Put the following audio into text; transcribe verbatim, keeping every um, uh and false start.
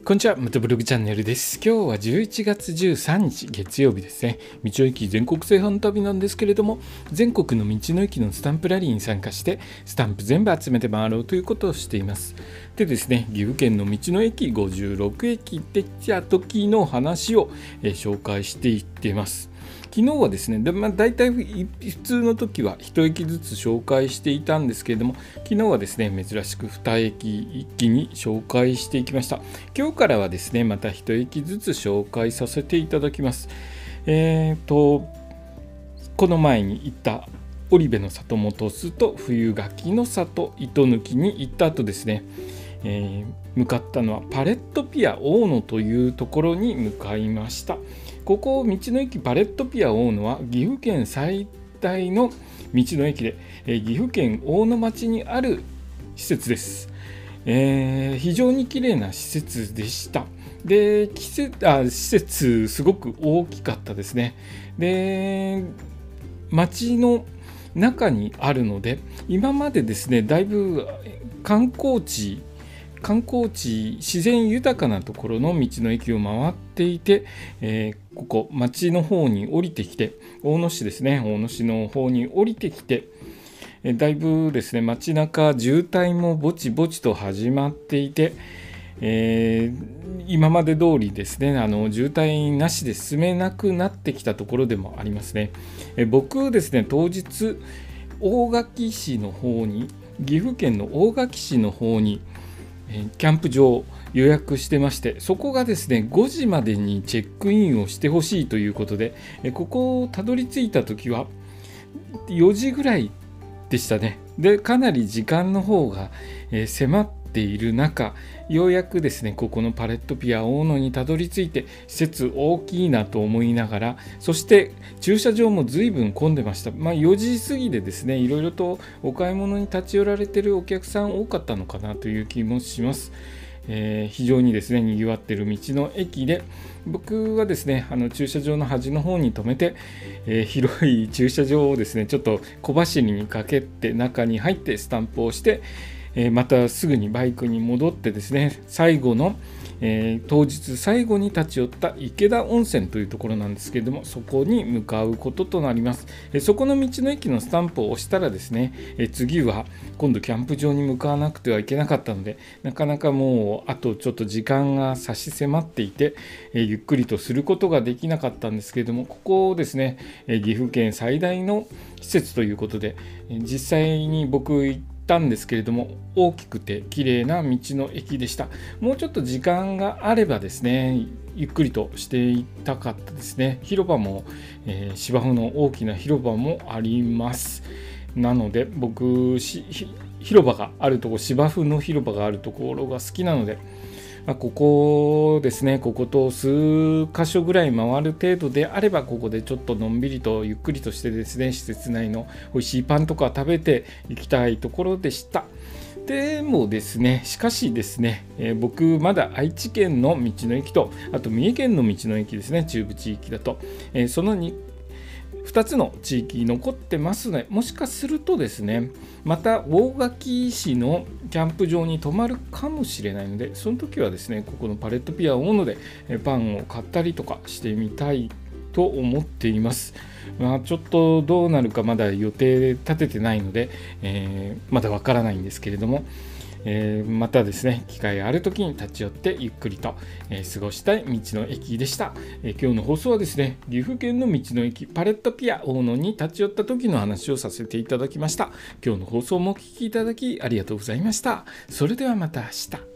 こんにちは、またブログチャンネルです。今日はじゅういちがつじゅうさんにち月曜日ですね。道の駅全国製販旅なんですけれども、全国の道の駅のスタンプラリーに参加してスタンプ全部集めて回ろうということをしています。でですね、岐阜県の道の駅ごじゅうろくえきできた時の話を、えー、紹介していっています。昨日はですね、でまあ、大体普通の時はいち駅ずつ紹介していたんですけれども、昨日はですね、珍しくに駅一気に紹介していきました。今日からはですね、またいち駅ずつ紹介させていただきます。えーと、この前に行った織部の里本栖と冬柿の里糸抜きに行った後ですね、えー、向かったのはパレットピア大野というところに向かいました。ここ道の駅パレットピア大野は岐阜県最大の道の駅で、えー、岐阜県大野町にある施設です。えー、非常に綺麗な施設でした。で、季節あ施設すごく大きかったですね。で、町の中にあるので、今までですね、だいぶ観光地観光地自然豊かなところの道の駅を回っていて、えー、ここ町の方に降りてきて、大野市ですね、大野市の方に降りてきて、えー、だいぶですね、街中渋滞もぼちぼちと始まっていて、えー、今まで通りですね、あの渋滞なしで進めなくなってきたところでもありますね。えー、僕ですね、当日大垣市の方に岐阜県の大垣市の方にキャンプ場予約してまして、そこがですねごじまでにチェックインをしてほしいということで、ここをたどり着いた時はよじぐらいでしたね。で、かなり時間の方が迫っている中、ようやくですねここのパレットピア大野にたどり着いて、施設大きいなと思いながら、そして駐車場も随分混んでました。まあ、よじ過ぎでですね、いろいろとお買い物に立ち寄られているお客さん多かったのかなという気もします。えー、非常にですねにぎわっている道の駅で、僕はですねあの駐車場の端の方に止めて、えー、広い駐車場をですねちょっと小走りにかけて中に入ってスタンプをして、えー、またすぐにバイクに戻ってですね、最後の、えー、当日最後に立ち寄った池田温泉というところなんですけれども、そこに向かうこととなります。えー、そこの道の駅のスタンプを押したらですね、えー、次は今度キャンプ場に向かわなくてはいけなかったので、なかなかもうあとちょっと時間が差し迫っていて、えー、ゆっくりとすることができなかったんですけれども、ここですね、えー、岐阜県最大の施設ということで、えー、実際に僕行ってたんですけれども、大きくて綺麗な道の駅でした。もうちょっと時間があればですね、ゆっくりとしていたかったですね。広場も、えー、芝生の大きな広場もあります。なので僕し広場があるところ、芝生の広場があるところが好きなので、まあ、ここですね、ここと数箇所ぐらい回る程度であれば、ここでちょっとのんびりとゆっくりとしてですね、施設内の美味しいパンとか食べていきたいところでした。でもですね、しかしですね、えー、僕まだ愛知県の道の駅と、あと三重県の道の駅ですね、中部地域だと、えー、そのにふたつの地域残ってますので、もしかするとですね、また大垣市のキャンプ場に泊まるかもしれないので、その時はですね、ここのパレットピア大野でパンを買ったりとかしてみたいと思っています。まあ、ちょっとどうなるかまだ予定立ててないので、えー、まだわからないんですけれども、えー、またですね機会がある時に立ち寄ってゆっくりと、えー、過ごしたい道の駅でした。えー、今日の放送はですね、岐阜県の道の駅パレットピア大野に立ち寄った時の話をさせていただきました。今日の放送もお聞きいただきありがとうございました。それではまた明日。